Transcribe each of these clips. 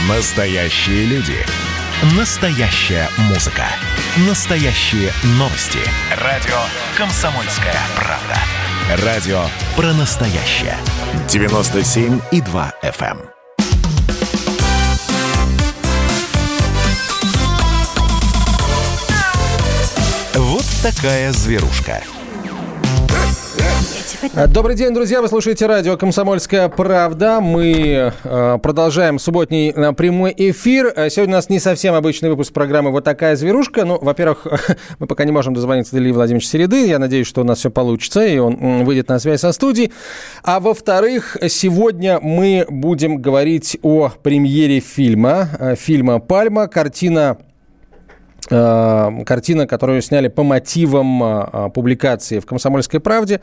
Настоящие люди. Настоящая музыка. Настоящие новости. Радио «Комсомольская правда». Радио про настоящее. 97,2 FM. Вот такая зверушка. Добрый день, друзья. Вы слушаете радио «Комсомольская правда». Мы продолжаем субботний прямой эфир. Сегодня у нас не совсем обычный выпуск программы «Вот такая зверушка». Ну, во-первых, мы пока не можем дозвониться до Ильи Владимировича Середы. Я надеюсь, что у нас все получится, и он выйдет на связь со студией. А во-вторых, сегодня мы будем говорить о премьере фильма «Пальма». Картина, которую сняли по мотивам публикации в «Комсомольской правде»,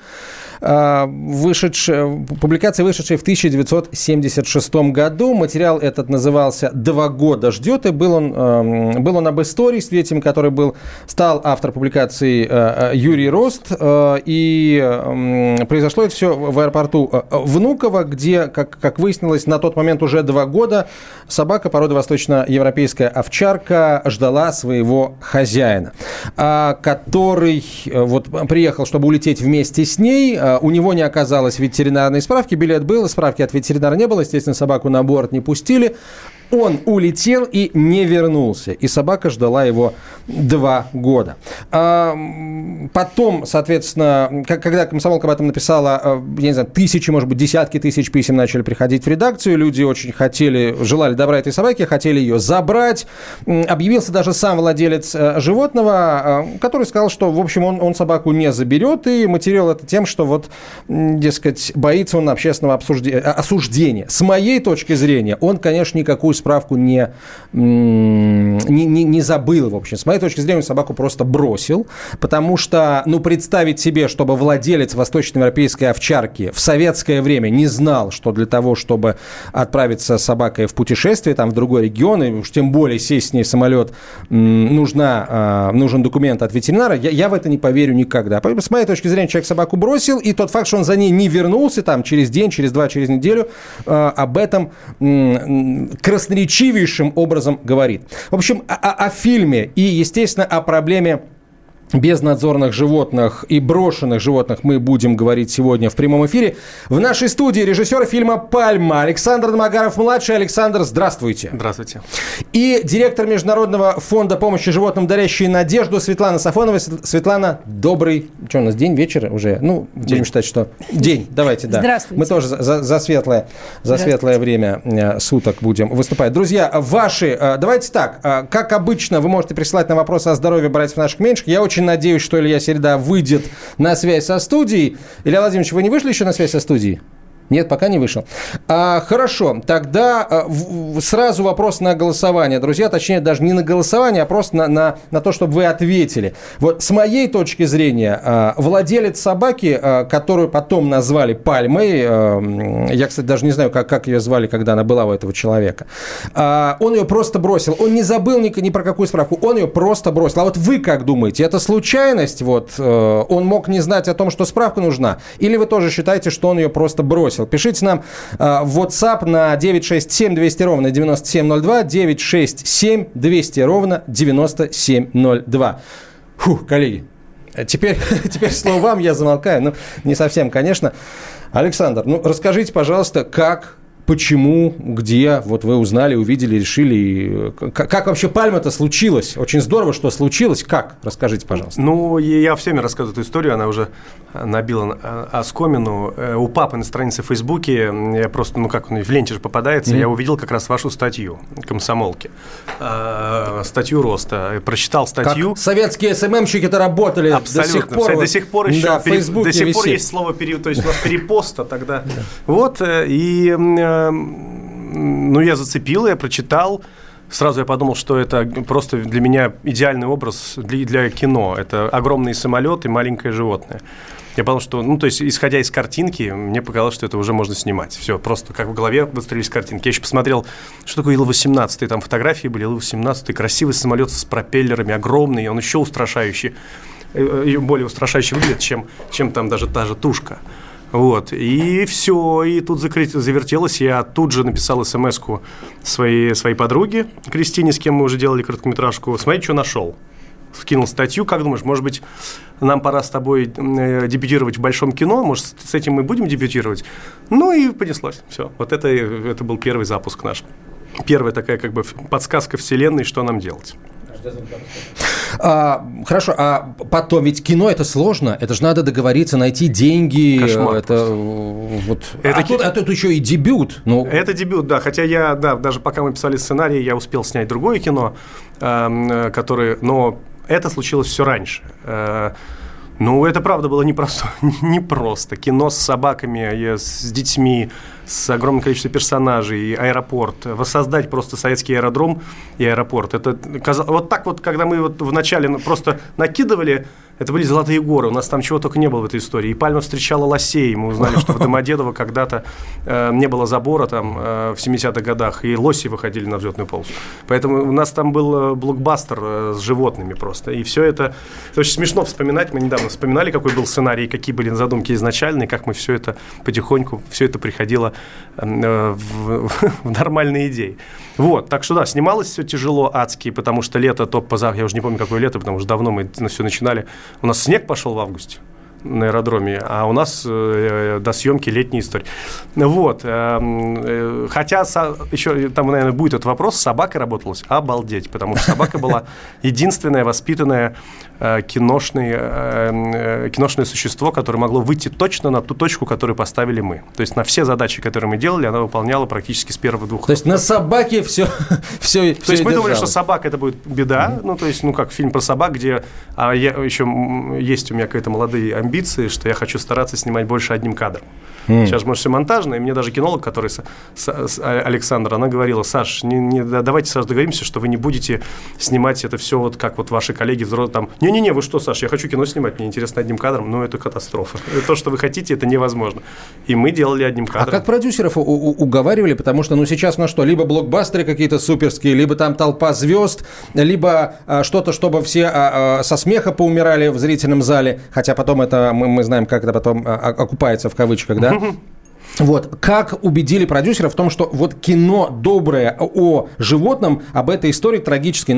публикация, вышедшая в 1976 году. Материал этот назывался «2 года ждет», и был он об истории, свидетелем которой стал автор публикации Юрий Рост. И произошло это все в аэропорту Внуково, где, как выяснилось, на тот момент уже 2 года собака породы восточноевропейская овчарка ждала своего хозяина, который приехал, чтобы улететь вместе с ней. У него не оказалось ветеринарной справки, билет был, справки от ветеринара не было, естественно, собаку на борт не пустили. Он улетел и не вернулся, и собака ждала его 2 года. Потом, соответственно, когда «Комсомолка» об этом написала, я не знаю, тысячи, может быть, десятки тысяч писем начали приходить в редакцию. Люди очень желали добра этой собаке, хотели ее забрать. Объявился даже сам владелец животного, который сказал, что, в общем, он собаку не заберет, и мотивировал это тем, что, дескать, боится он общественного осуждения. С моей точки зрения, он, конечно, никакую справку не забыл, в общем. С моей точки зрения, он собаку просто бросил, потому что, представить себе, чтобы владелец восточноевропейской овчарки в советское время не знал, что для того, чтобы отправиться с собакой в путешествие, в другой регион, и уж тем более сесть с ней в самолет, нужен документ от ветеринара, я в это не поверю никогда. С моей точки зрения, человек собаку бросил, и тот факт, что он за ней не вернулся, через день, через 2, через неделю, об этом красноречивейшим образом говорит. В общем, о фильме и, естественно, о проблеме безнадзорных животных и брошенных животных мы будем говорить сегодня в прямом эфире. В нашей студии режиссер фильма «Пальма» Александр Домогаров-младший. Александр, здравствуйте. Здравствуйте. И директор Международного фонда помощи животным «Дарящие надежду» Светлана Сафонова. Светлана, добрый... Что у нас, день, вечер уже? Будем считать, что... День, давайте, да. Здравствуйте. Мы тоже за светлое время суток будем выступать. Друзья, давайте так, как обычно, вы можете присылать на вопросы о здоровье братьев наших меньших. Я очень надеюсь, что Илья Середа выйдет на связь со студией. Илья Владимирович, вы не вышли еще на связь со студией? Нет, пока не вышел. Хорошо, тогда сразу вопрос на голосование. Друзья, точнее, даже не на голосование, а просто на то, чтобы вы ответили. С моей точки зрения, владелец собаки, которую потом назвали Пальмой, я, кстати, даже не знаю, как ее звали, когда она была у этого человека, он ее просто бросил. Он не забыл ни про какую справку, он ее просто бросил. А вы как думаете, это случайность? Он мог не знать о том, что справка нужна? Или вы тоже считаете, что он ее просто бросил? Пишите нам в WhatsApp на 967-200-97-02, 967-200-97-02. Коллеги, теперь слово вам, я замолкаю. Не совсем, конечно. Александр, расскажите, пожалуйста, как... Почему, где, вы узнали, увидели, решили, как вообще Пальма-то случилась? Очень здорово, что случилось. Как? Расскажите, пожалуйста. Я всеми рассказываю эту историю, она уже набила оскомину. У папы на странице в Фейсбуке, я просто, в ленте же попадается, я увидел как раз вашу статью «Комсомолки», статью Роста. Прочитал статью. Как советские СММщики-то работали. Абсолютно. До сих пор еще. Да, в Фейсбуке до сих висит. пор есть слово «период», то есть у нас перепоста тогда. Я зацепил, я прочитал. Сразу я подумал, что это просто для меня идеальный образ для кино. Это огромный самолет и маленькое животное. Я подумал, что, исходя из картинки, мне показалось, что это уже можно снимать. Все, просто как в голове выстроились картинки. Я еще посмотрел, что такое Ил-18. Там фотографии были, Ил-18. Красивый самолет с пропеллерами, огромный, он еще устрашающий. Более устрашающе выглядит, чем там даже та же тушка. Вот, и все, и тут завертелось. Я тут же написал смс-ку своей подруге Кристине, с кем мы уже делали короткометражку. Смотри, что нашел. Скинул статью. Как думаешь, может быть, нам пора с тобой дебютировать в большом кино? Может, с этим мы будем дебютировать? Ну и понеслось. Все. Вот это был первый запуск наш. Первая такая как бы подсказка вселенной, что нам делать. Хорошо, а потом, ведь кино это сложно, это же надо договориться, найти деньги. Кошмар. Тут еще и дебют. Это дебют, да, хотя даже пока мы писали сценарий, я успел снять другое кино, но это случилось все раньше. Это, правда, было непросто. Кино с собаками, с детьми, с огромным количеством персонажей, аэропорт. Воссоздать просто советский аэродром и аэропорт. Это вот так вот, когда мы вот вначале просто накидывали, это были золотые горы. У нас там чего только не было в этой истории. И Пальма встречала лосей. Мы узнали, что в Домодедово когда-то не было забора там в 70-х годах, и лоси выходили на взлетную полосу. Поэтому у нас там был блокбастер с животными просто. И все это очень смешно вспоминать. Мы недавно вспоминали, какой был сценарий, какие были задумки изначальные, как мы все это потихоньку, все это приходило в нормальные идеи. Вот, так что да, снималось все тяжело, адски, потому что лето, я уже не помню, какое лето, потому что давно мы все начинали. У нас снег пошел в августе на аэродроме, а у нас до съемки летняя история. Вот. Хотя еще там, наверное, будет этот вопрос, с собакой работалось обалдеть, потому что собака была единственное воспитанное киношное существо, которое могло выйти точно на ту точку, которую поставили мы. То есть на все задачи, которые мы делали, она выполняла практически с первых двух. То есть на собаке все То есть мы думали, что собака это будет беда, как фильм про собак, где еще есть у меня какие-то молодые амбиции, что я хочу стараться снимать больше одним кадром. Сейчас же, может, все монтажно, и мне даже кинолог, который Александра, она говорила: Саш, давайте сразу договоримся, что вы не будете снимать это все вот как вот ваши коллеги взрослые там. Не-не-не, вы что, Саш, я хочу кино снимать, мне интересно одним кадром, но это катастрофа. То, что вы хотите, это невозможно. И мы делали одним кадром. А как продюсеров уговаривали? Потому что, сейчас либо блокбастеры какие-то суперские, либо там толпа звезд, либо что-то, чтобы все со смеха поумирали в зрительном зале, хотя потом это, мы знаем, как это потом окупается в кавычках, да? Вот. Как убедили продюсеров в том, что вот кино доброе о животном, об этой истории трагической,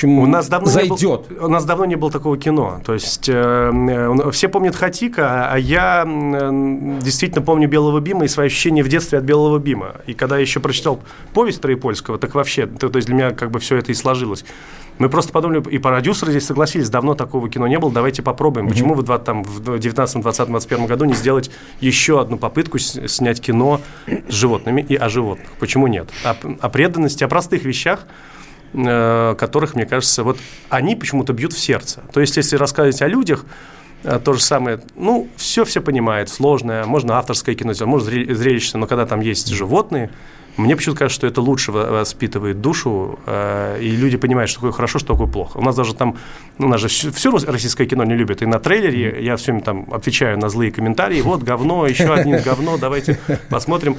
зайдет? У нас давно не было такого кино. То есть все помнят Хатико, а я действительно помню «Белого Бима» и свои ощущения в детстве от «Белого Бима». И когда я еще прочитал повесть Троепольского, так вообще, то есть для меня как бы все это и сложилось. Мы просто подумали, и продюсеры здесь согласились, давно такого кино не было, давайте попробуем. Почему вы в 19, 20, 21 году не сделать еще одну попытку снять кино с животными и о животных? Почему нет? О преданности, о простых вещах, которых, мне кажется, вот они почему-то бьют в сердце. То есть, если рассказывать о людях, то же самое, все понимают, сложное, можно авторское кино сделать, можно зрелищное, но когда там есть животные, мне почему-то кажется, что это лучше воспитывает душу, и люди понимают, что такое хорошо, что такое плохо. У нас даже там, у нас же все российское кино не любят, и на трейлере я все время там отвечаю на злые комментарии, вот говно, еще один говно, давайте посмотрим.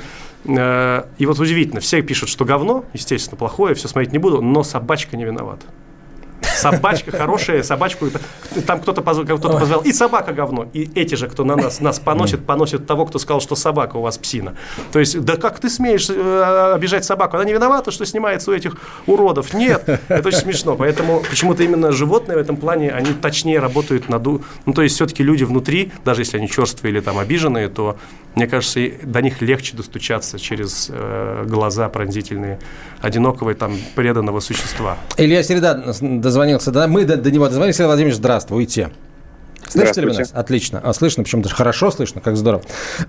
И вот удивительно, все пишут, что говно, естественно, плохое, все смотреть не буду, но собачка не виновата. Собачка хорошая, собачку, там кто-то позвал, и собака говно. И эти же, кто на нас поносят того, кто сказал, что собака у вас псина. То есть, да как ты смеешь обижать собаку? Она не виновата, что снимается у этих уродов. Нет, это очень смешно. Поэтому почему-то именно животные в этом плане, они точнее работают то есть, все-таки люди внутри, даже если они черствые или там обиженные, то, мне кажется, до них легче достучаться через глаза пронзительные одинокого и там преданного существа. Илья Середа дозвонился, да? Мы до него дозвонились. Илья Владимирович, здравствуйте. Слышите ли вы нас? Отлично. Слышно, причем даже хорошо слышно, как здорово.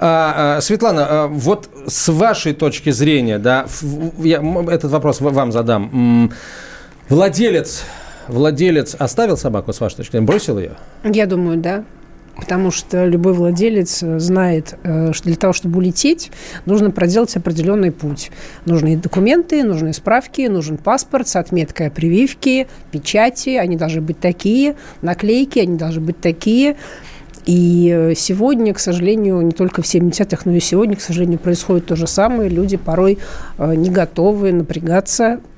Светлана, вот с вашей точки зрения, да, я этот вопрос вам задам. Владелец оставил собаку, с вашей точки зрения, бросил ее? Я думаю, да. Потому что любой владелец знает, что для того, чтобы улететь, нужно проделать определенный путь. Нужны документы, нужны справки, нужен паспорт с отметкой о прививке, печати, они должны быть такие, наклейки, они должны быть такие. И сегодня, к сожалению, не только в 70-х, но и сегодня, к сожалению, происходит то же самое. Люди порой не готовы напрягаться,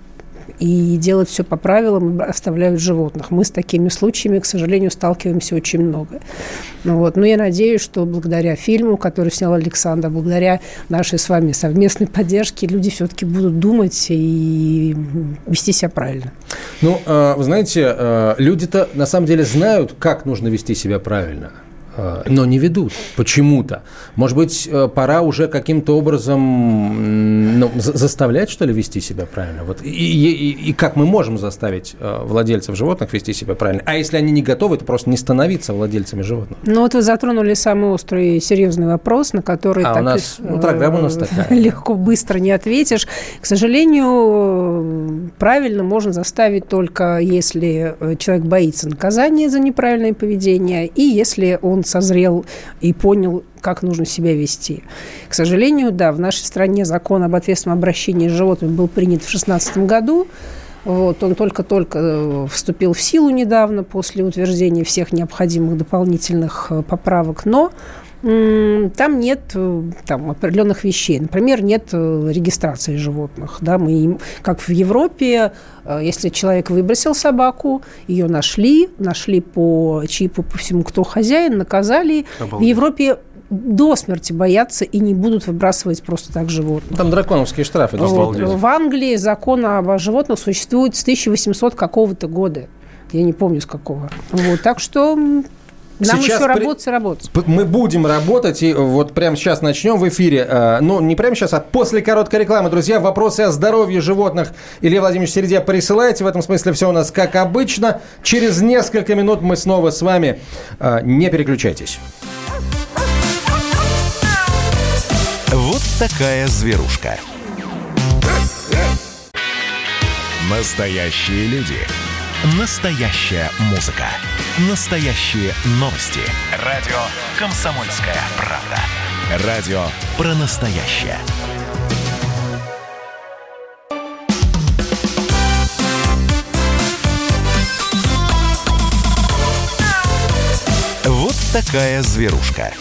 и делают все по правилам, оставляют животных. Мы с такими случаями, к сожалению, сталкиваемся очень много. Вот. Но я надеюсь, что благодаря фильму, который снял Александр, благодаря нашей с вами совместной поддержке, люди все-таки будут думать и вести себя правильно. Ну, вы знаете, люди-то на самом деле знают, как нужно вести себя правильно, но не ведут почему-то. Может быть, пора уже каким-то образом заставлять, что ли, вести себя правильно? Вот. И как мы можем заставить владельцев животных вести себя правильно? А если они не готовы, то просто не становиться владельцами животных. Ну, вот вы затронули самый острый и серьезный вопрос, на который программа у нас такая. Легко, быстро не ответишь. К сожалению, правильно можно заставить только если человек боится наказания за неправильное поведение и если он созрел и понял, как нужно себя вести. К сожалению, да, в нашей стране закон об ответственном обращении с животными был принят в 2016 году. Вот, он только-только вступил в силу недавно после утверждения всех необходимых дополнительных поправок, но там нет определенных вещей. Например, нет регистрации животных. Да? Мы, как в Европе, если человек выбросил собаку, ее нашли по чипу, по всему, кто хозяин, наказали. В Европе до смерти боятся и не будут выбрасывать просто так животных. Там драконовские штрафы. Вот. В Англии закон об животных существует с 1800 какого-то года. Я не помню, с какого. Вот. Так что... Нам сейчас еще работать. Мы будем работать, и вот прямо сейчас начнем в эфире. Ну, не прямо сейчас, а после короткой рекламы. Друзья, вопросы о здоровье животных Илья Владимирович Середя присылайте. В этом смысле все у нас как обычно. Через несколько минут мы снова с вами. Не переключайтесь. Вот такая зверушка. Настоящие люди. Настоящая музыка. Настоящие новости. Радио «Комсомольская правда». Радио про настоящее. Вот такая зверушка.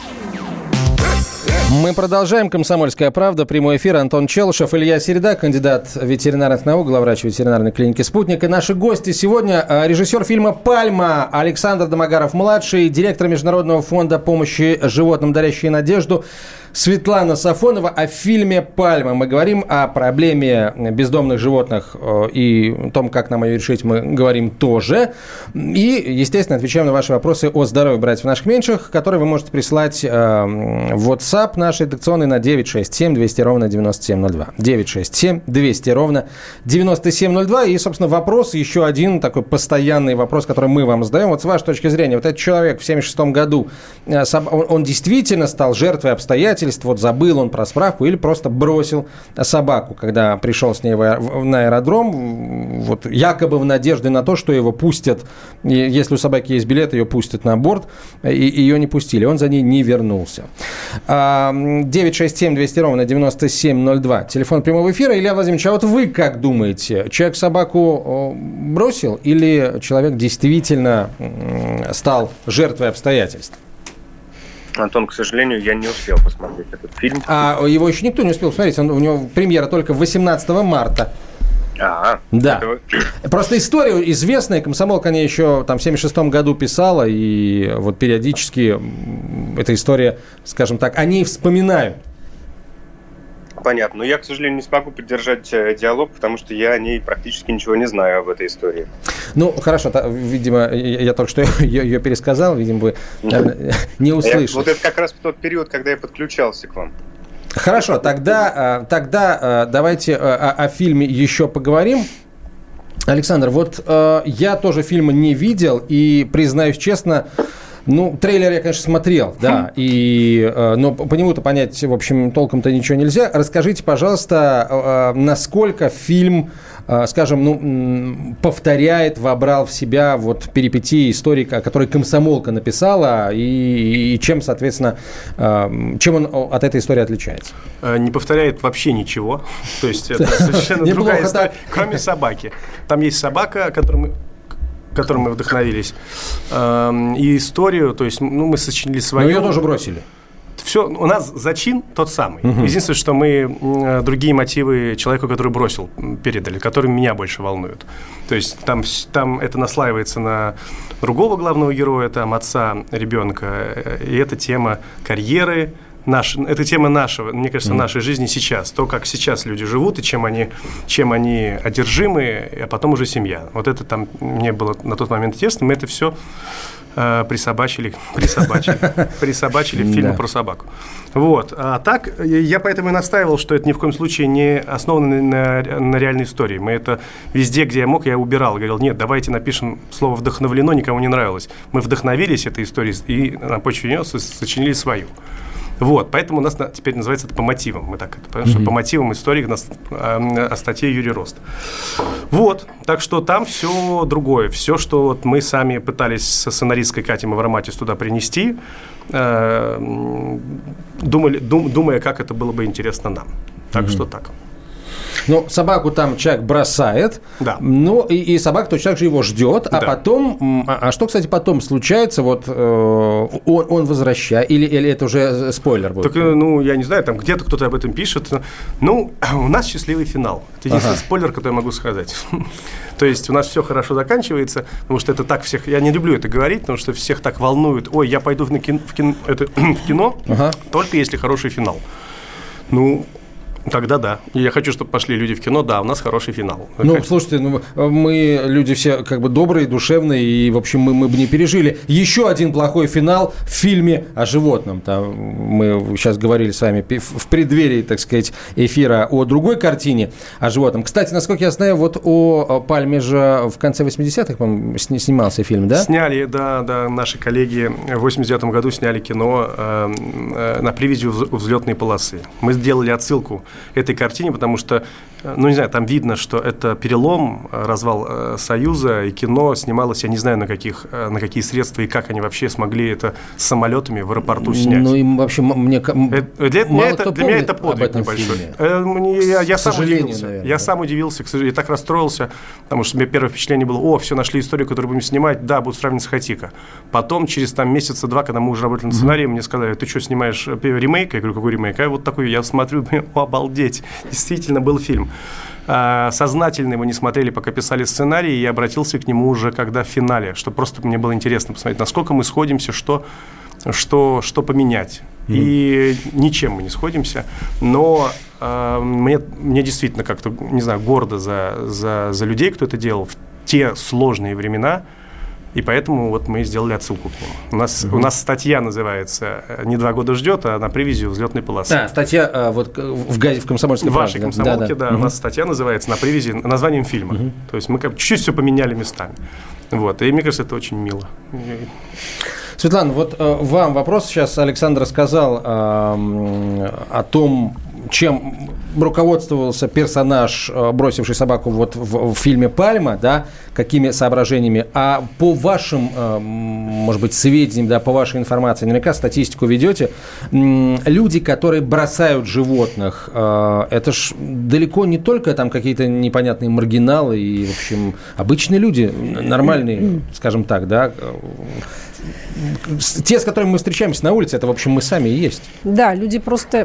Мы продолжаем. «Комсомольская правда». Прямой эфир. Антон Челышев, Илья Середа, кандидат ветеринарных наук, главврач ветеринарной клиники «Спутник». И наши гости сегодня режиссер фильма «Пальма» Александр Домогаров-младший, директор Международного фонда помощи животным «Дарящие надежду» Светлана Сафонова. О фильме «Пальма» мы говорим, о проблеме бездомных животных и о том, как нам ее решить, мы говорим тоже. И, естественно, отвечаем на ваши вопросы о здоровье братьев наших меньших, которые вы можете присылать в WhatsApp наш редакционный на 967-200-97-02. 967-200-97-02. И, собственно, вопрос, еще один такой постоянный вопрос, который мы вам задаем. Вот с вашей точки зрения, вот этот человек в 1976 году, он действительно стал жертвой обстоятельств, вот забыл он про справку или просто бросил собаку, когда пришел с ней на аэродром, вот якобы в надежде на то, что его пустят, если у собаки есть билет, ее пустят на борт, и ее не пустили, он за ней не вернулся. 967-200-97-02, телефон прямого эфира. Илья Владимирович, а вот вы как думаете, человек собаку бросил или человек действительно стал жертвой обстоятельств? Антон, к сожалению, я не успел посмотреть этот фильм. А его еще никто не успел посмотреть. У него премьера только 18 марта. Да. Просто история известная. Комсомолка о ней еще там, в 1976 году писала. И вот периодически эта история, скажем так, о ней вспоминают. Понятно. Но я, к сожалению, не смогу поддержать диалог, потому что я о ней практически ничего не знаю об этой истории. Ну, хорошо. Видимо, я только что ее пересказал. Видимо, вы, наверное, не услышали. Вот это как раз в тот период, когда я подключался к вам. Хорошо. Тогда давайте о фильме еще поговорим. Александр, вот я тоже фильма не видел. И, признаюсь честно, трейлер я, конечно, смотрел, да, но по нему-то понять, в общем, толком-то ничего нельзя. Расскажите, пожалуйста, насколько фильм, скажем, повторяет, вобрал в себя вот перипетии истории, которые «Комсомолка» написала, и чем, соответственно, чем он от этой истории отличается? Не повторяет вообще ничего. То есть это совершенно другая история, кроме собаки. Там есть собака, которым мы вдохновились. И историю, то есть, мы сочинили свою. Но ее тоже бросили. все, у нас зачин тот самый. Единственное, что мы другие мотивы человеку, который бросил, передали, которые меня больше волнуют. То есть там это наслаивается на другого главного героя, там, отца ребенка, и это тема карьеры, это тема нашего, мне кажется, нашей жизни сейчас. То, как сейчас люди живут и чем они одержимы, а потом уже семья. Вот это там мне было на тот момент интересно. Мы это все присобачили в фильме про собаку. Вот. А так, я поэтому и настаивал, что это ни в коем случае не основано на реальной истории. Мы это везде, где я мог, я убирал. Говорил, нет, давайте напишем слово «вдохновлено», никому не нравилось. Мы вдохновились этой историей и на почве нее сочинили свою. Вот, поэтому у нас теперь называется это по мотивам. Мы так это понимаем, что по мотивам истории о статье Юрий Рост. Вот, так что там все другое. Все, что вот мы сами пытались со сценаристкой Катей Мавроматис туда принести, думая, как это было бы интересно нам. Так что так. Ну, собаку там человек бросает, да. Ну, и собака точно так же его ждет, а потом, что, кстати, потом случается, вот он возвращает, или это уже спойлер будет? Так, ну, я не знаю, там где-то кто-то об этом пишет, ну, у нас счастливый финал, это единственный спойлер, который я могу сказать. То есть у нас все хорошо заканчивается, потому что это так всех, я не люблю это говорить, потому что всех так волнует, ой, я пойду в кино, только если хороший финал. Ну, тогда да. И я хочу, чтобы пошли люди в кино, да, у нас хороший финал. Ну, слушайте, мы люди все как бы добрые, душевные, и, в общем, мы бы не пережили еще один плохой финал в фильме о животном. Там мы сейчас говорили с вами в преддверии, так сказать, эфира о другой картине о животном. Кстати, насколько я знаю, вот о Пальме же в конце 80-х, по-моему, снимался фильм, да? Сняли, да, наши коллеги в 89-м году сняли кино на привязи взлетной полосы. Мы сделали отсылку этой картине, потому что, ну, не знаю, там видно, что это перелом, развал Союза, и кино снималось, я не знаю, на какие средства и как они вообще смогли это с самолетами в аэропорту снять. Ну, и вообще, для меня это подвиг небольшой. Я сам удивился. Наверное, я сам удивился, я так расстроился, потому что у меня первое впечатление было, все, нашли историю, которую будем снимать, да, будут сравнивать с Хатико. Потом, через месяца два, когда мы уже работали над сценарием, мне сказали, ты что, снимаешь ремейк? Я говорю, какой ремейк? А вот такой, я смотрю, обалдеть. Действительно был фильм. Сознательно его не смотрели, пока писали сценарий, и я обратился к нему уже когда в финале, что просто мне было интересно посмотреть, насколько мы сходимся, что поменять. И ничем мы не сходимся, но мне действительно как-то, не знаю, гордо за людей, кто это делал в те сложные времена. И поэтому вот мы сделали отсылку к нему. У нас статья называется «Не 2 года ждет», а на привязи взлетной полосы. Да, статья вот в «Комсомольской правде». В вашей «Комсомолке», да. У нас статья называется на привязи названием фильма. То есть мы чуть-чуть все поменяли местами. Вот. И мне кажется, это очень мило. Светлана, вот вам вопрос. Сейчас Александр сказал о том, чем руководствовался персонаж, бросивший собаку вот в фильме «Пальма», да, какими соображениями. А по вашим, может быть, сведениям, да, по вашей информации, наверняка статистику ведете, люди, которые бросают животных, это ж далеко не только там какие-то непонятные маргиналы и, в общем, обычные люди, нормальные, скажем так, да. Те, с которыми мы встречаемся на улице, это, в общем, мы сами и есть. Да, люди просто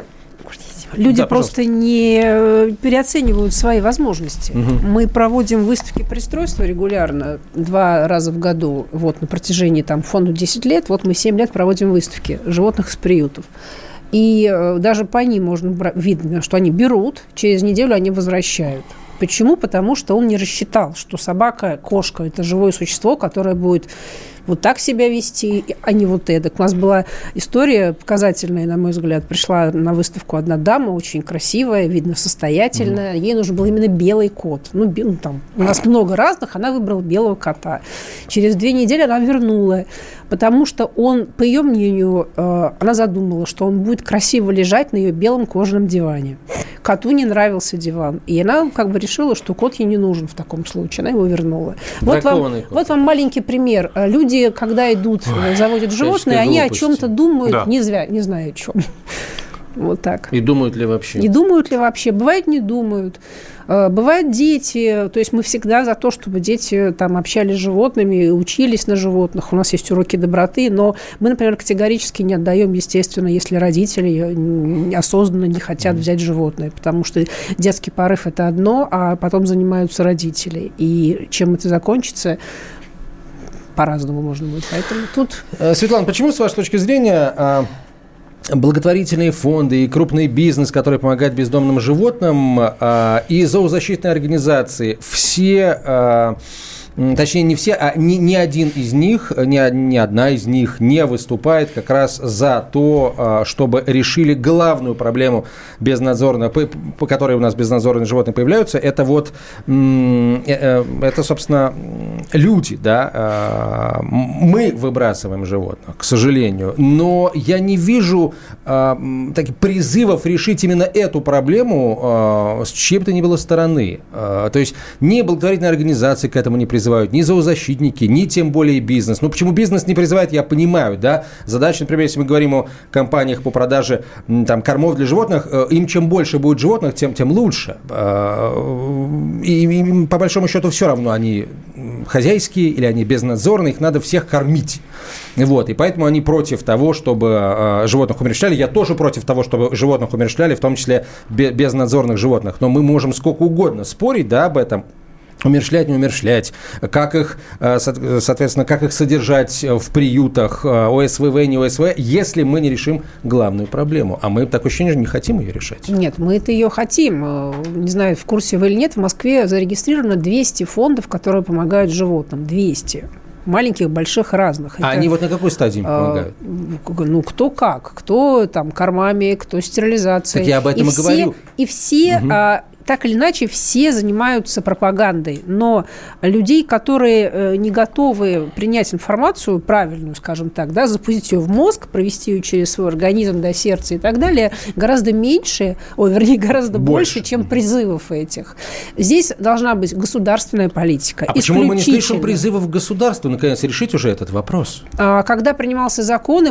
не переоценивают свои возможности. Мы проводим выставки пристройства регулярно, 2 раза в году, вот на протяжении фонду 10 лет, вот мы 7 лет проводим выставки животных с приютов. И даже по ним видно, что они берут, через неделю они возвращают. Почему? Потому что он не рассчитал, что собака, кошка – это живое существо, которое будет вот так себя вести, а не вот эдак. У нас была история показательная, на мой взгляд. Пришла на выставку одна дама, очень красивая, видно, состоятельная. Ей нужен был именно белый кот. У нас много разных, она выбрала белого кота. Через 2 недели она вернула, потому что он, по ее мнению, она задумала, что он будет красиво лежать на ее белом кожаном диване. Коту не нравился диван. И она решила, что кот ей не нужен в таком случае. Она его вернула. Вот вам маленький пример. Люди, когда идут, заводят животное, они о чем-то думают, не зная о чем. Вот так. И думают ли вообще? Не думают ли вообще? Бывает, не думают. Бывают дети. То есть мы всегда за то, чтобы дети там общались с животными, учились на животных. У нас есть уроки доброты. Но мы, например, категорически не отдаем, естественно, если родители осознанно не хотят взять животное. Потому что детский порыв – это одно, а потом занимаются родители. И чем это закончится, по-разному можно будет. Поэтому тут... Светлана, почему, с вашей точки зрения, благотворительные фонды и крупный бизнес, который помогает бездомным животным, и зоозащитные организации, все... Точнее, не все, а ни один из них, ни одна из них не выступает как раз за то, чтобы решили главную проблему безнадзорно, по которой у нас безнадзорные животные появляются. Это вот, это, собственно, люди, да. Мы выбрасываем животных, к сожалению. Но я не вижу таких призывов решить именно эту проблему с чьей бы то ни было стороны. То есть ни благотворительные организации к этому не призывают, ни зоозащитники, ни тем более бизнес. Ну, почему бизнес не призывает, я понимаю, да. Задача, например, если мы говорим о компаниях по продаже там, кормов для животных, им чем больше будет животных, тем лучше. И по большому счету все равно, они хозяйские или они безнадзорные, их надо всех кормить. Вот. И поэтому они против того, чтобы животных умерщвляли. Я тоже против того, чтобы животных умерщвляли, в том числе безнадзорных животных. Но мы можем сколько угодно спорить, да, об этом. Умерщвлять, не умерщвлять, как их, соответственно, как их содержать в приютах, ОСВВ, не ОСВ, если мы не решим главную проблему. А мы, такое ощущение, не хотим ее решать. Нет, мы это ее хотим. Не знаю, в курсе вы или нет, в Москве зарегистрировано 200 фондов, которые помогают животным. 200. Маленьких, больших, разных. А они вот на какой стадии им помогают? Ну, кто как. Кто там кормами, кто стерилизацией. Так я об этом и говорю. И все... Так или иначе, все занимаются пропагандой, но людей, которые не готовы принять информацию правильную, скажем так, да, запустить ее в мозг, провести ее через свой организм до сердца и так далее, гораздо меньше, гораздо больше, чем призывов этих. Здесь должна быть государственная политика. А почему мы не слышим призывов государства, наконец, решить уже этот вопрос? Когда принимался закон, и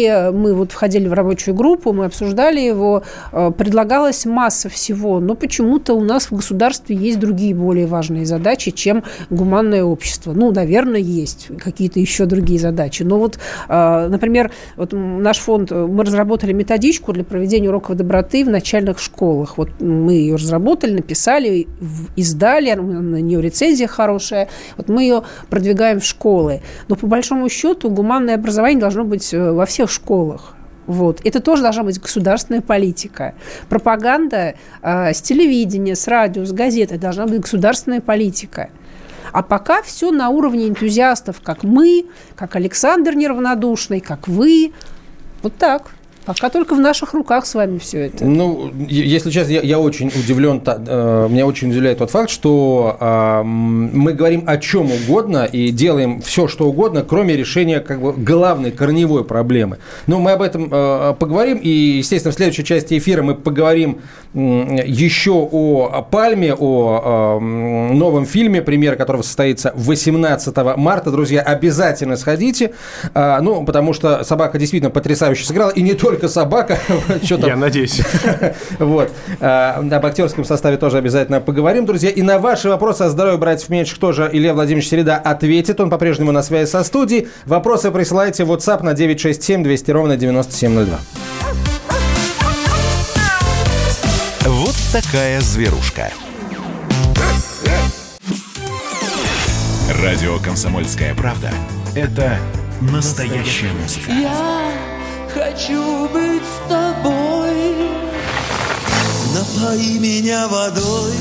мы вот входили в рабочую группу, мы обсуждали его, предлагалась масса всего, но почему-то у нас в государстве есть другие более важные задачи, чем гуманное общество. Ну, наверное, есть какие-то еще другие задачи. Но вот, например, вот наш фонд, мы разработали методичку для проведения уроков доброты в начальных школах. Вот мы ее разработали, написали, издали, на нее рецензия хорошая. Вот мы ее продвигаем в школы. Но по большому счету гуманное образование должно быть во всех школах. Вот. Это тоже должна быть государственная политика. Пропаганда с телевидения, с радио, с газеты должна быть государственная политика. А пока все на уровне энтузиастов, как мы, как Александр неравнодушный, как вы. Вот так. Пока только в наших руках с вами все это. Ну, если честно, я очень удивлен, меня очень удивляет тот факт, что мы говорим о чем угодно и делаем все, что угодно, кроме решения как бы главной корневой проблемы. Но мы об этом поговорим, и, естественно, в следующей части эфира мы поговорим еще о «Пальме», о новом фильме, премьера которого состоится 18 марта. Друзья, обязательно сходите, ну, потому что собака действительно потрясающе сыграла, и не только собака. Я надеюсь. Вот. Об актерском составе тоже обязательно поговорим, друзья. И на ваши вопросы о здоровье братьев меньших тоже Илья Владимирович Середа ответит. Он по-прежнему на связи со студией. Вопросы присылайте в WhatsApp на 967-200-97-02. Вот такая зверушка. Радио «Комсомольская правда» — это настоящая музыка. Хочу быть с тобой. Напои меня водой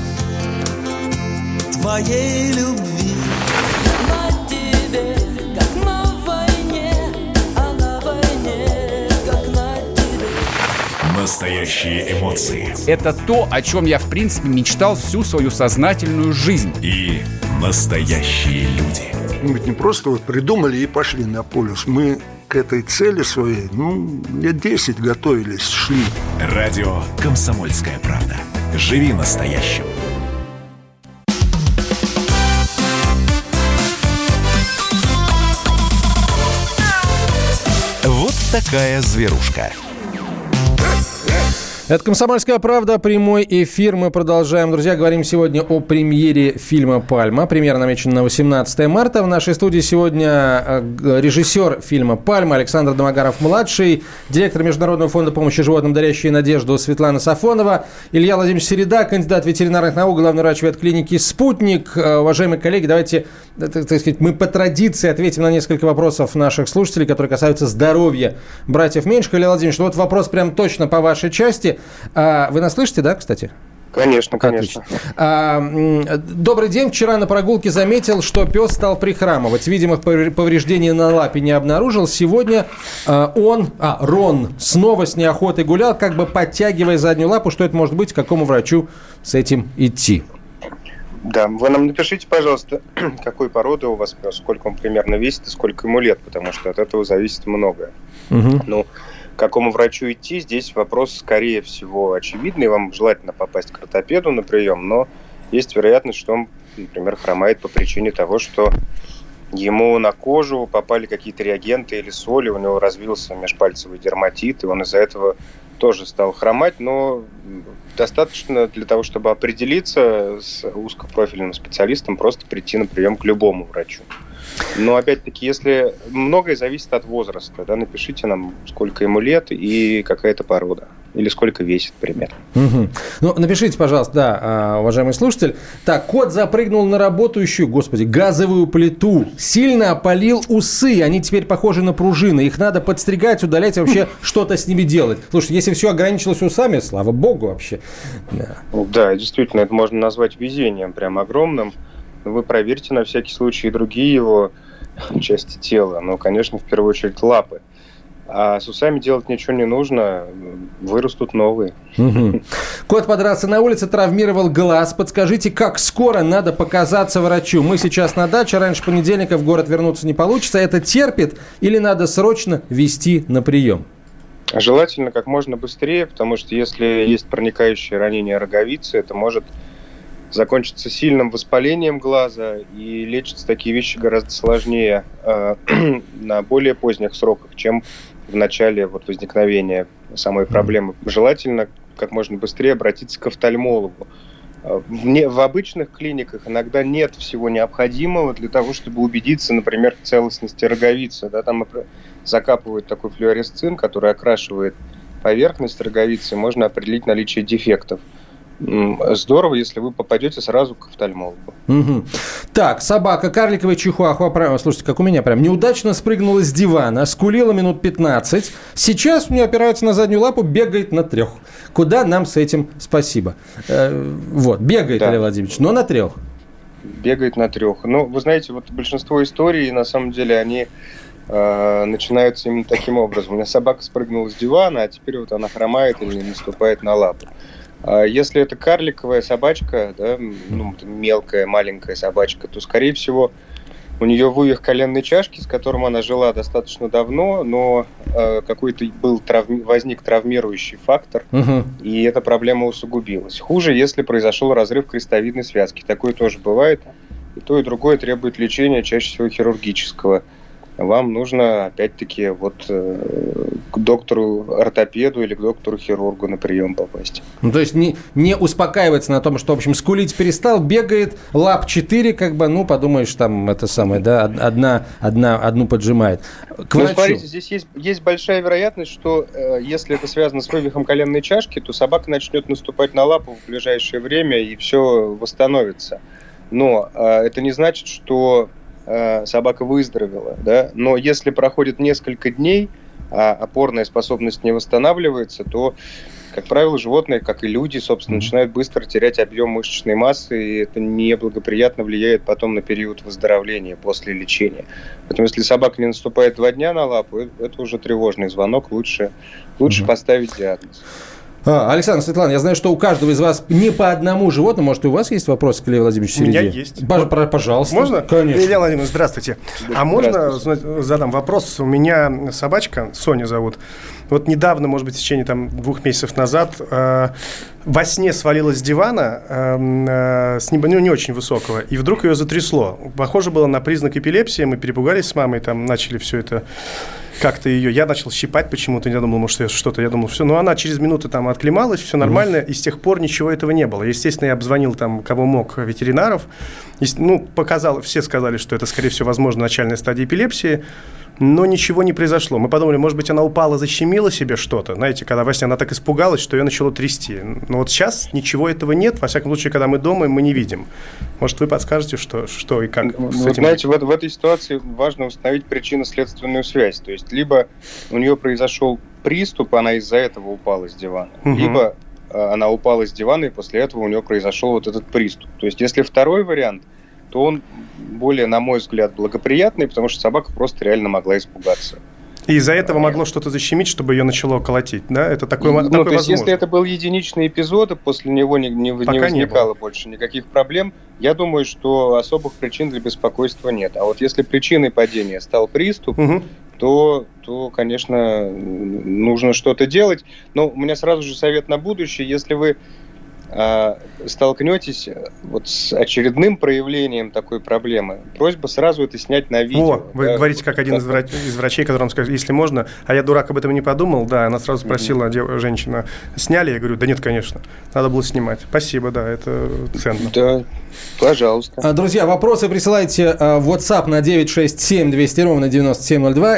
твоей любви. На тебе, как на войне, а на войне, как на тебе. Настоящие эмоции. Это то, о чем я, в принципе, мечтал всю свою сознательную жизнь. И настоящие люди. Мы ведь не просто вот придумали и пошли на полюс. Мы к этой цели своей, лет 10 готовились, шли. Радио «Комсомольская правда». Живи настоящим. Вот такая зверушка. Это «Комсомольская правда», прямой эфир. Мы продолжаем. Друзья, говорим сегодня о премьере фильма «Пальма». Премьера намечена на 18 марта. В нашей студии сегодня режиссер фильма «Пальма» Александр Домогаров-младший, директор Международного фонда помощи животным «Дарящие надежду» Светлана Сафонова, Илья Владимирович Середа, кандидат ветеринарных наук, главный врач ветклиники «Спутник». Уважаемые коллеги, давайте, так сказать, мы по традиции ответим на несколько вопросов наших слушателей, которые касаются здоровья братьев Меньшиковых. Илья Владимирович, вот вопрос прям точно по вашей части. Вы нас слышите, да, кстати? Конечно, конечно. Добрый день. Вчера на прогулке заметил, что пес стал прихрамывать. Видимых повреждений на лапе не обнаружил. Сегодня Рон снова с неохотой гулял, как бы подтягивая заднюю лапу. Что это может быть? К какому врачу с этим идти? Да, вы нам напишите, пожалуйста, какой породы у вас пес, сколько он примерно весит и сколько ему лет, потому что от этого зависит многое. Угу. К какому врачу идти, здесь вопрос, скорее всего, очевидный. Вам желательно попасть к ортопеду на прием, но есть вероятность, что он, например, хромает по причине того, что ему на кожу попали какие-то реагенты или соли, у него развился межпальцевый дерматит, и он из-за этого тоже стал хромать, но достаточно для того, чтобы определиться с узкопрофильным специалистом, просто прийти на прием к любому врачу. Но, опять-таки, если многое зависит от возраста, да, напишите нам, сколько ему лет и какая-то порода. Или сколько весит примерно. Угу. Ну, напишите, пожалуйста, да, уважаемый слушатель. Так, кот запрыгнул на работающую, газовую плиту. Сильно опалил усы. Они теперь похожи на пружины. Их надо подстригать, удалять, вообще что-то с ними делать. Слушайте, если все ограничилось усами, слава богу вообще. Да, действительно, это можно назвать везением прям огромным. Вы проверьте на всякий случай и другие его части тела. Но, конечно, в первую очередь лапы. А с усами делать ничего не нужно, вырастут новые. Угу. Кот подрался на улице, травмировал глаз. Подскажите, как скоро надо показаться врачу? Мы сейчас на даче, раньше понедельника в город вернуться не получится. Это терпит или надо срочно везти на прием? Желательно как можно быстрее, потому что если есть проникающее ранение роговицы, это может закончиться сильным воспалением глаза, и лечатся такие вещи гораздо сложнее на более поздних сроках, чем в начале возникновения самой проблемы. Желательно как можно быстрее обратиться к офтальмологу. В обычных клиниках иногда нет всего необходимого для того, чтобы убедиться, например, в целостности роговицы. Да, там закапывают такой флуоресцин, который окрашивает поверхность роговицы, и можно определить наличие дефектов. Здорово, если вы попадете сразу к офтальмологу. Угу. Так, собака, карликовая чихуахуа, слушайте, как у меня прям, неудачно спрыгнула с дивана, скулила минут 15. Сейчас у нее опирается на заднюю лапу, бегает на 3. Куда нам с этим спасибо? Бегает, да. Илья Владимирович, но на 3. Бегает на 3. Ну, вы знаете, большинство историй, на самом деле, они начинаются именно таким образом. У меня собака спрыгнула с дивана, а теперь она хромает или наступает на лапу. Если это карликовая собачка, да, мелкая, маленькая собачка, то, скорее всего, у нее вывих коленной чашки, с которым она жила достаточно давно, но какой-то возник травмирующий фактор, и эта проблема усугубилась. Хуже, если произошел разрыв крестовидной связки. Такое тоже бывает. И то, и другое требует лечения, чаще всего хирургического. Вам нужно, опять-таки, к доктору-ортопеду или к доктору-хирургу на прием попасть. Ну, то есть не успокаивается на том, что, в общем, скулить перестал, бегает, лап 4, подумаешь, там, это самое, да, одну поджимает. К врачу. Смотрите, здесь есть большая вероятность, что если это связано с вывихом коленной чашки, то собака начнет наступать на лапу в ближайшее время, и все восстановится. Но это не значит, что собака выздоровела, да? Но если проходит несколько дней, а опорная способность не восстанавливается, то, как правило, животные, как и люди, собственно, начинают быстро терять объем мышечной массы, и это неблагоприятно влияет потом на период выздоровления после лечения. Поэтому, если собака не наступает 2 дня на лапу, это уже тревожный звонок, лучше поставить диагноз. Александр, Светлана, я знаю, что у каждого из вас не по одному животному. Может, и у вас есть вопросы к Илье Владимировичу Середе? У меня есть. Пожалуйста. Можно? Конечно. Илья Владимирович, здравствуйте. Можно задам вопрос? У меня собачка, Соня зовут. Недавно, может быть, в течение 2 месяцев назад во сне свалилась с дивана, с не очень высокого, и вдруг ее затрясло. Похоже было на признак эпилепсии, мы перепугались с мамой, там начали все это как-то ее... Я начал щипать почему-то, я думал, может, что-то, я думал, все. Но она через минуту там отклемалась, все нормально, и с тех пор ничего этого не было. Естественно, я обзвонил там, кого мог, ветеринаров. Показал, все сказали, что это, скорее всего, возможно, начальная стадия эпилепсии. Но ничего не произошло. Мы подумали, может быть, она упала, защемила себе что-то. Знаете, когда во сне она так испугалась, что ее начало трясти. Но вот сейчас ничего этого нет. Во всяком случае, когда мы дома, мы не видим. Может, вы подскажете, что и как с этим? Знаете, в этой ситуации важно установить причинно-следственную связь. То есть, либо у нее произошел приступ, она из-за этого упала с дивана, либо она упала с дивана, и после этого у нее произошел вот этот приступ. То есть, если второй вариант, то он более, на мой взгляд, благоприятный, потому что собака просто реально могла испугаться. И из-за этого могло что-то защемить, чтобы ее начало колотить, да? Это такое то возможно. Есть, если это был единичный эпизод, и после него не возникало больше никаких проблем, я думаю, что особых причин для беспокойства нет. А вот если причиной падения стал приступ, то, конечно, нужно что-то делать. Но у меня сразу же совет на будущее. Если вы столкнетесь вот с очередным проявлением такой проблемы, просьба сразу это снять на видео. Вы говорите, как один из врачей, которому сказали, если можно, а я, дурак, об этом не подумал, да, она сразу спросила, женщина, сняли? Я говорю, да нет, конечно, надо было снимать. Спасибо, да, это ценно. Да, пожалуйста. Друзья, вопросы присылайте в WhatsApp на 967-200-97-02,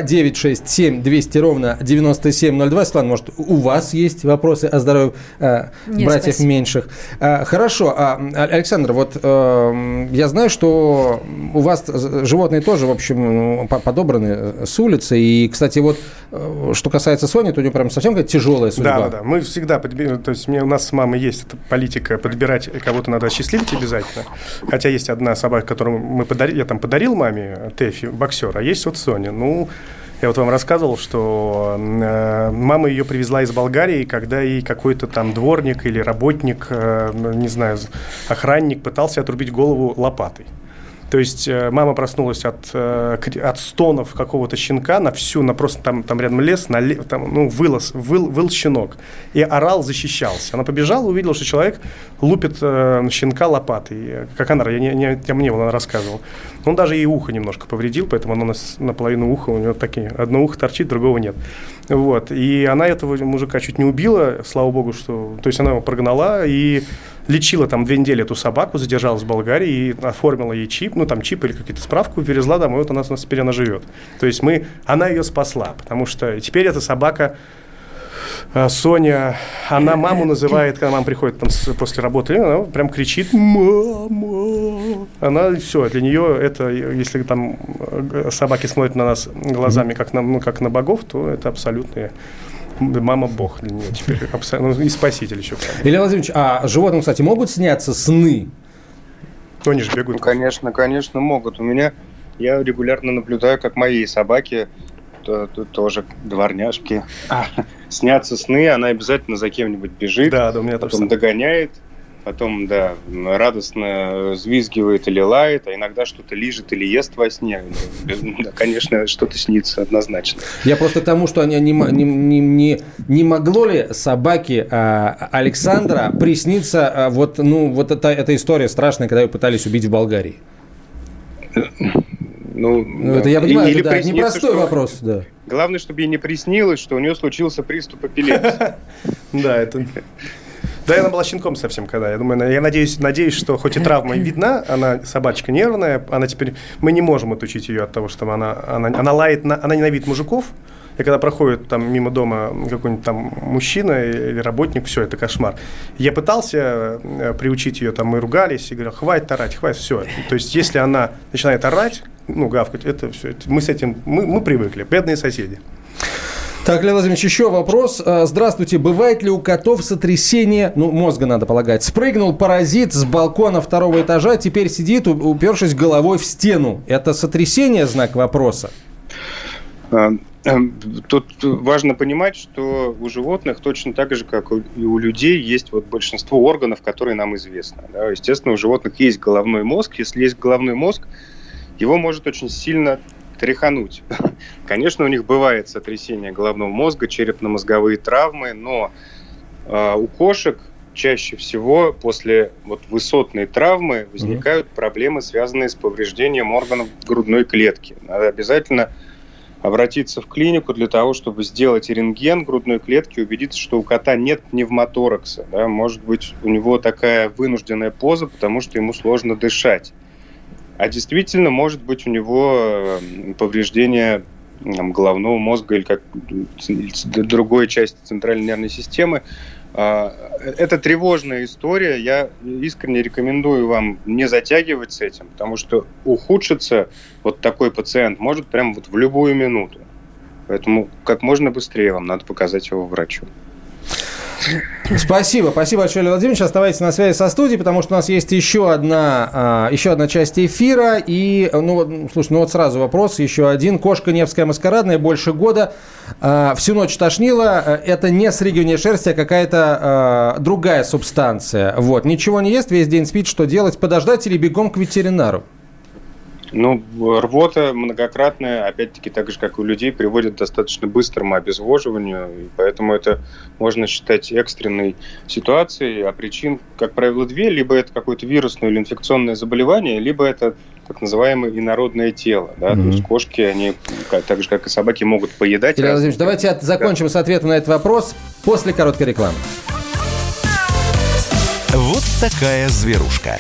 967-200-97-02. Светлана, может, у вас есть вопросы о здоровье братьев меньших? Хорошо. Александр, вот я знаю, что у вас животные тоже, в общем, подобраны с улицы. И, кстати, вот что касается Сони, то у нее прям совсем какая-то тяжелая судьба. Да. Мы всегда подбираем, то есть у нас с мамой есть эта политика подбирать, кого-то надо осчастливить обязательно. Хотя есть одна собака, которую я там подарил маме, Тэфи, боксер, а есть вот Соня. Я вот вам рассказывал, что мама ее привезла из Болгарии, когда ей какой-то там дворник или работник, не знаю, охранник пытался отрубить голову лопатой. То есть мама проснулась от стонов какого-то щенка просто там рядом лес, выл щенок и орал, защищался. Она побежала, увидела, что человек лупит щенка лопатой. Как она, мне она рассказывала. Он даже ей ухо немножко повредил, поэтому оно наполовину уха, у него такие, одно ухо торчит, другого нет. Вот. И она этого мужика чуть не убила, слава богу, что... То есть она его прогнала и лечила там 2 недели эту собаку, задержалась в Болгарии и оформила ей чип, чип или какую-то справку, перевезла домой, вот у нас теперь она живет. То есть она ее спасла, потому что теперь эта собака, Соня, она маму называет, когда мама приходит там после работы, она прям кричит «Мама!». Она все, для нее это, если там собаки смотрят на нас глазами, как на богов, то это абсолютно... Мама-бог для нее теперь, и спаситель еще. Илья Владимирович, а животным, кстати, могут снятся сны? Они же бегают. Конечно, могут. Я регулярно наблюдаю, как моей собаке, тоже дворняжки, снятся сны, она обязательно за кем-нибудь бежит, да, у меня потом догоняет, потом, радостно взвизгивает или лает, а иногда что-то лижет или ест во сне. Да, конечно, что-то снится однозначно. Я просто к тому, что не могло ли собаке Александра присниться эта история страшная, когда ее пытались убить в Болгарии? Это я понимаю, это непростой вопрос. Да. Главное, чтобы ей не приснилось, что у нее случился приступ эпилепсии. Да, это... Да, она была щенком совсем когда. Я надеюсь, что хоть и травма и видна, она собачка нервная, она теперь... Мы не можем отучить ее от того, что она лает, она ненавидит мужиков. И когда проходит там мимо дома какой-нибудь там мужчина или работник, все, это кошмар. Я пытался приучить ее, мы ругались, и говорил, хватит орать, хватит, все. То есть, если она начинает орать, гавкать, это все. Мы с этим, мы привыкли, бедные соседи. Так, Леонид Владимирович, еще вопрос. Здравствуйте. Бывает ли у котов сотрясение, мозга, надо полагать? Спрыгнул паразит с балкона 2-го этажа, теперь сидит, упершись головой в стену. Это сотрясение, знак вопроса? Тут важно понимать, что у животных точно так же, как и у людей, есть большинство органов, которые нам известны. Да? Естественно, у животных есть головной мозг. Если есть головной мозг, его может очень сильно тряхануть. Конечно, у них бывает сотрясение головного мозга, черепно-мозговые травмы, но у кошек чаще всего после высотной травмы возникают проблемы, связанные с повреждением органов грудной клетки. Надо обязательно обратиться в клинику для того, чтобы сделать рентген грудной клетки, убедиться, что у кота нет пневмоторакса. Да? Может быть, у него такая вынужденная поза, потому что ему сложно дышать. А действительно, может быть, у него повреждение головного мозга или другой части центральной нервной системы. Это тревожная история. Я искренне рекомендую вам не затягивать с этим, потому что ухудшиться такой пациент может прямо в любую минуту. Поэтому как можно быстрее вам надо показать его врачу. Спасибо большое, Илья Владимирович. Оставайтесь на связи со студией, потому что у нас есть еще одна часть эфира. И, сразу вопрос, еще один. Кошка Невская маскарадная, больше года. Всю ночь тошнило. Это не срыгивание шерсти, а какая-то другая субстанция. Ничего не ест, весь день спит. Что делать? Подождать или бегом к ветеринару? Рвота многократная, опять-таки, так же, как и у людей, приводит к достаточно быстрому обезвоживанию, и поэтому это можно считать экстренной ситуацией, а причин, как правило, две: либо это какое-то вирусное или инфекционное заболевание, либо это так называемое инородное тело. Да? То есть кошки, они, так же, как и собаки, могут поедать. Илья Владимирович, давайте закончим с ответом на этот вопрос после короткой рекламы. Вот такая зверушка.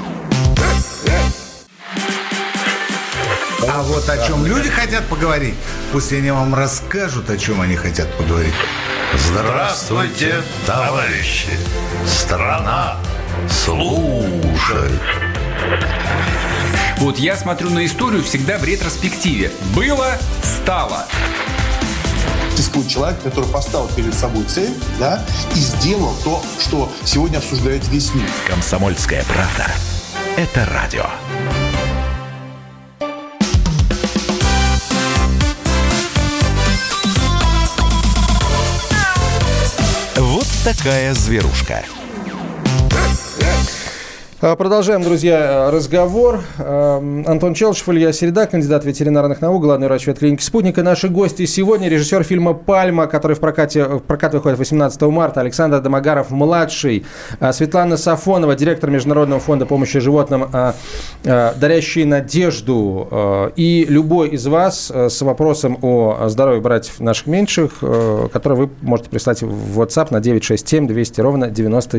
А вот о чем люди хотят поговорить, пусть они вам расскажут, о чем они хотят поговорить. Здравствуйте, товарищи! Страна слушает. Я смотрю на историю всегда в ретроспективе. Было, стало. Существует человек, который поставил перед собой цель, да, и сделал то, что сегодня обсуждает весь мир. «Комсомольская правда» — это радио. Вот такая зверушка. Продолжаем, друзья, разговор. Антон Челшев, Илья Середа, кандидат ветеринарных наук, главный врач ветклиники «Спутник». И наши гости сегодня: режиссер фильма «Пальма», который в прокат выходит 18 марта, Александр Домогаров-младший, Светлана Сафонова, директор Международного фонда помощи животным, дарящий надежду. И любой из вас с вопросом о здоровье братьев наших меньших, который вы можете прислать в WhatsApp на 967 200 ровно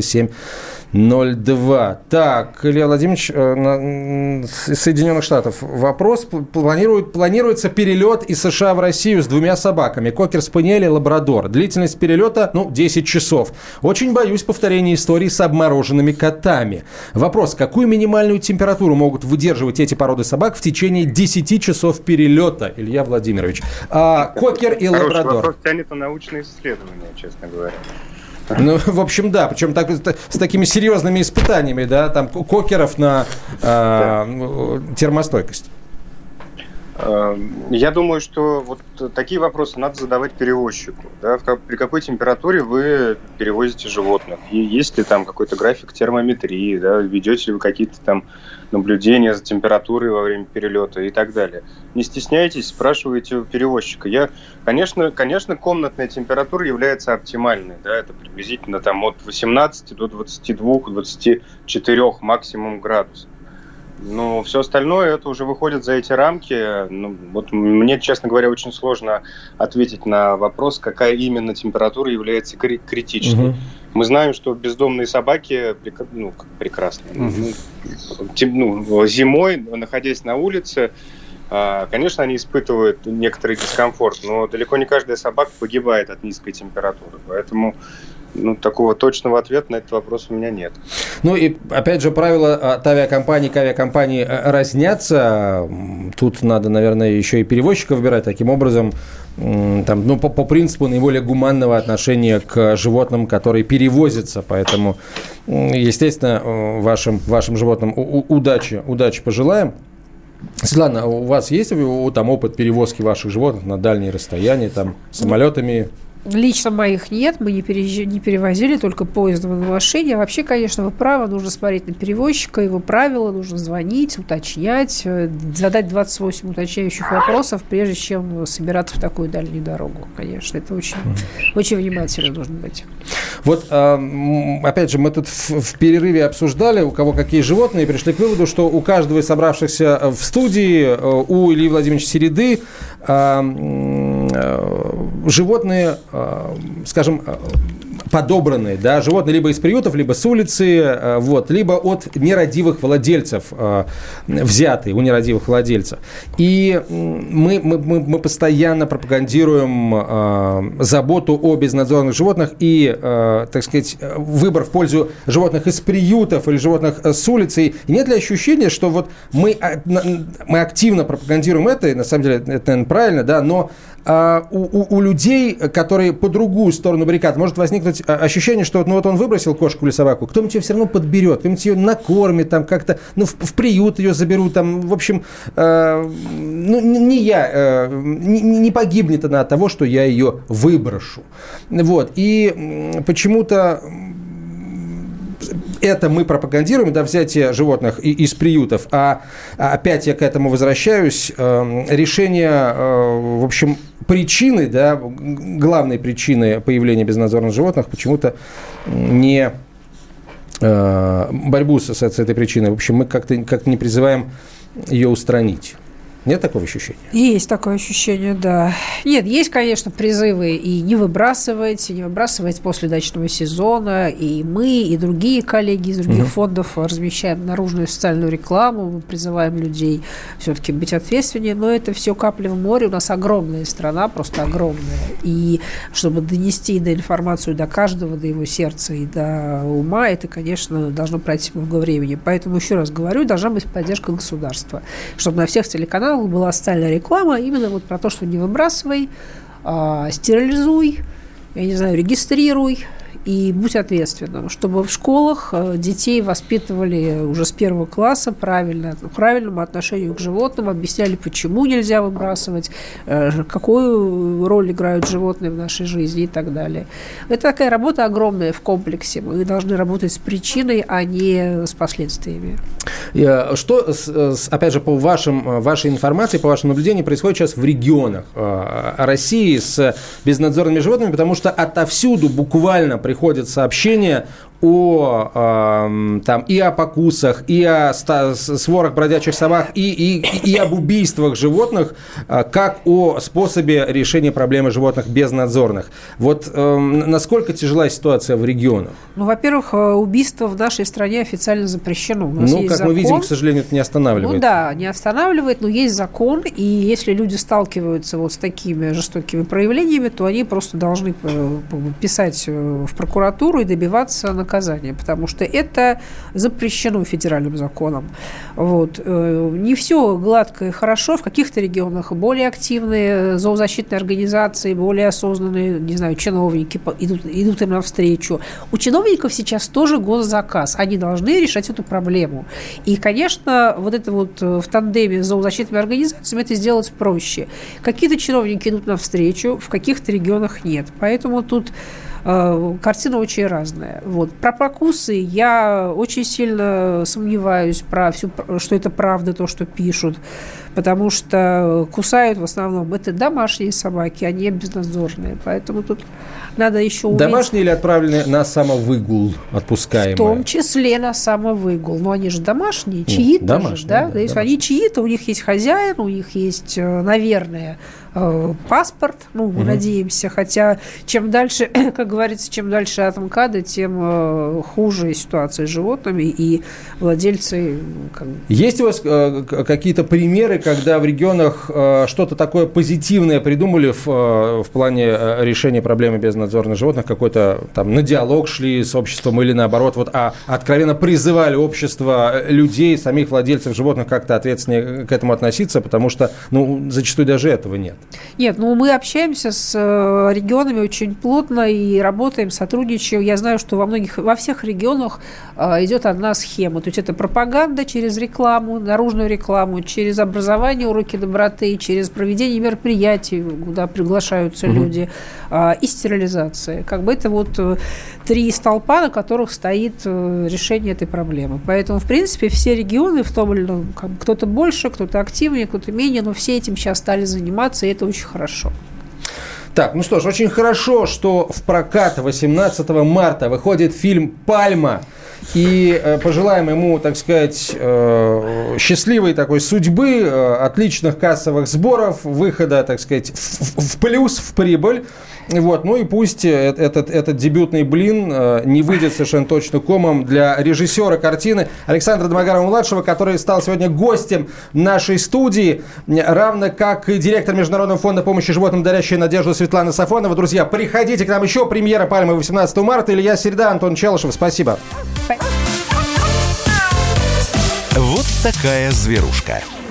9702. Так, Илья Владимирович, из Соединенных Штатов вопрос. Планируется перелет из США в Россию с 2 собаками. Кокер-спаниель и лабрадор. Длительность перелета, 10 часов. Очень боюсь повторения истории с обмороженными котами. Вопрос: какую минимальную температуру могут выдерживать эти породы собак в течение 10 часов перелета, Илья Владимирович? Кокер и лабрадор. Вопрос тянет на научные исследования, честно говоря. В общем, да, причем с такими серьезными испытаниями, да, там кокеров на термостойкость. Я думаю, что такие вопросы надо задавать перевозчику. Да? При какой температуре вы перевозите животных? И есть ли там какой-то график термометрии? Да? Ведете ли вы какие-то там наблюдения за температурой во время перелета и так далее? Не стесняйтесь, спрашивайте у перевозчика. Конечно, комнатная температура является оптимальной. Да? Это приблизительно от 18 до 22-24 максимум градусов. Но все остальное, это уже выходит за эти рамки. Мне, честно говоря, очень сложно ответить на вопрос, какая именно температура является критичной. Мы знаем, что бездомные собаки прекрасны. Зимой, находясь на улице, конечно, они испытывают некоторый дискомфорт, но далеко не каждая собака погибает от низкой температуры. Поэтому такого точного ответа на этот вопрос у меня нет. И, опять же, правила от авиакомпании к авиакомпании разнятся. Тут надо, наверное, еще и перевозчика выбирать таким образом, по принципу наиболее гуманного отношения к животным, которые перевозятся. Поэтому, естественно, вашим животным удачи пожелаем. Светлана, у вас есть опыт перевозки ваших животных на дальние расстояния, самолетами? Лично моих нет, мы не перевозили, только поездом и на машине. А вообще, конечно, вы правы, нужно смотреть на перевозчика, его правила, нужно звонить, уточнять, задать 28 уточняющих вопросов, прежде чем собираться в такую дальнюю дорогу. Конечно, это очень, очень внимательно нужно быть. Вот, опять же, мы тут в перерыве обсуждали, у кого какие животные, и пришли к выводу, что у каждого из собравшихся в студии, у Ильи Владимировича Середы, животные, скажем, подобранные, да, животные либо из приютов, либо с улицы, вот, либо от нерадивых владельцев, взятые у нерадивых владельцев. И мы постоянно пропагандируем заботу о безнадзорных животных и, так сказать, выбор в пользу животных из приютов или животных с улицы. И нет ли ощущения, что вот мы активно пропагандируем это, и на самом деле это, наверное, правильно, да, но у людей, которые по другую сторону баррикад, может возникнуть ощущение, что вот он выбросил кошку или собаку, кто-нибудь ее все равно подберет, кто-нибудь ее накормит, там как-то, в приют ее заберут, там, в общем, не погибнет она от того, что я ее выброшу. Вот. И почему-то это мы пропагандируем, да, взятие животных из приютов, а опять я к этому возвращаюсь, решение, в общем, причины, да, главной причины появления безнадзорных животных почему-то не борьбу с этой причиной. В общем, мы как-то не призываем ее устранить. Нет такого ощущения? Есть такое ощущение, да. Нет, есть, конечно, призывы и не выбрасывать после дачного сезона. И мы, и другие коллеги из других фондов размещаем наружную социальную рекламу. Мы призываем людей все-таки быть ответственнее. Но это все капли в море. У нас огромная страна, просто огромная. И чтобы донести информацию до каждого, до его сердца и до ума, это, конечно, должно пройти много времени. Поэтому, еще раз говорю, должна быть поддержка государства. Чтобы на всех телеканалах была социальная реклама именно вот про то, что не выбрасывай, стерилизуй, я не знаю, регистрируй и будь ответственным, чтобы в школах детей воспитывали уже с 1 класса правильному отношению к животным, объясняли, почему нельзя выбрасывать, какую роль играют животные в нашей жизни и так далее. Это такая работа огромная в комплексе. Мы должны работать с причиной, а не с последствиями. Что, опять же, по вашей информации, по вашим наблюдениям, происходит сейчас в регионах России с безнадзорными животными, потому что отовсюду буквально приходят сообщения и о покусах, и о сворах бродячих собак, и об убийствах животных, как о способе решения проблемы животных безнадзорных. Вот насколько тяжела ситуация в регионах? Ну, во-первых, убийство в нашей стране официально запрещено. У нас есть как закон. Мы видим, к сожалению, это не останавливает. Ну да, не останавливает, но есть закон, и если люди сталкиваются вот с такими жестокими проявлениями, то они просто должны писать в прокуратуру и добиваться наказания, потому что это запрещено федеральным законом. Вот. Не все гладко и хорошо. В каких-то регионах более активные зоозащитные организации, более осознанные, не знаю, чиновники идут им навстречу. У чиновников сейчас тоже госзаказ. Они должны решать эту проблему. И, конечно, вот это вот в тандеме с зоозащитными организациями это сделать проще. Какие-то чиновники идут навстречу, в каких-то регионах нет. Поэтому тут картина очень разная. Вот. Про покусы я очень сильно сомневаюсь, что это правда, то, что пишут, потому что кусают в основном это домашние собаки, а не безнадзорные. Поэтому тут надо еще уметь... Домашние или отправленные на самовыгул отпускаемые? В том числе на самовыгул. Но они же домашние, чьи-то домашние, же, да? Да, если они чьи-то, у них есть хозяин, у них есть, наверное, паспорт, мы надеемся, хотя чем дальше, как говорится, чем дальше от МКАДа, тем хуже ситуация с животными, и владельцы... Есть у вас какие-то примеры, когда в регионах что-то такое позитивное придумали в плане решения проблемы безнадзорных животных, какой-то там на диалог шли с обществом или наоборот, откровенно призывали общество, людей, самих владельцев животных как-то ответственнее к этому относиться, потому что, зачастую даже этого нет. Нет, мы общаемся с регионами очень плотно и работаем, сотрудничаем. Я знаю, что во всех регионах идет одна схема. То есть это пропаганда через рекламу, наружную рекламу, через образование, уроки доброты, через проведение мероприятий, куда приглашаются люди, и стерилизация. Это 3 столпа, на которых стоит решение этой проблемы. Поэтому, в принципе, все регионы в том или ином, кто-то больше, кто-то активнее, кто-то менее, но все этим сейчас стали заниматься, и это очень хорошо. Так, ну что ж, очень хорошо, что в прокат 18 марта выходит фильм «Пальма». И пожелаем ему, так сказать, счастливой такой судьбы, отличных кассовых сборов, выхода, так сказать, в плюс, в прибыль. Вот. Ну и пусть этот дебютный блин не выйдет совершенно точно комом для режиссера картины Александра Домогарова-младшего, который стал сегодня гостем нашей студии, равно как и директор Международного фонда помощи животным «Дарящая надежду» Светлана Сафонова. Друзья, приходите к нам еще. Премьера «Пальмы» 18 марта. Илья Середа, Антон Челышев. Спасибо. Вот такая зверушка.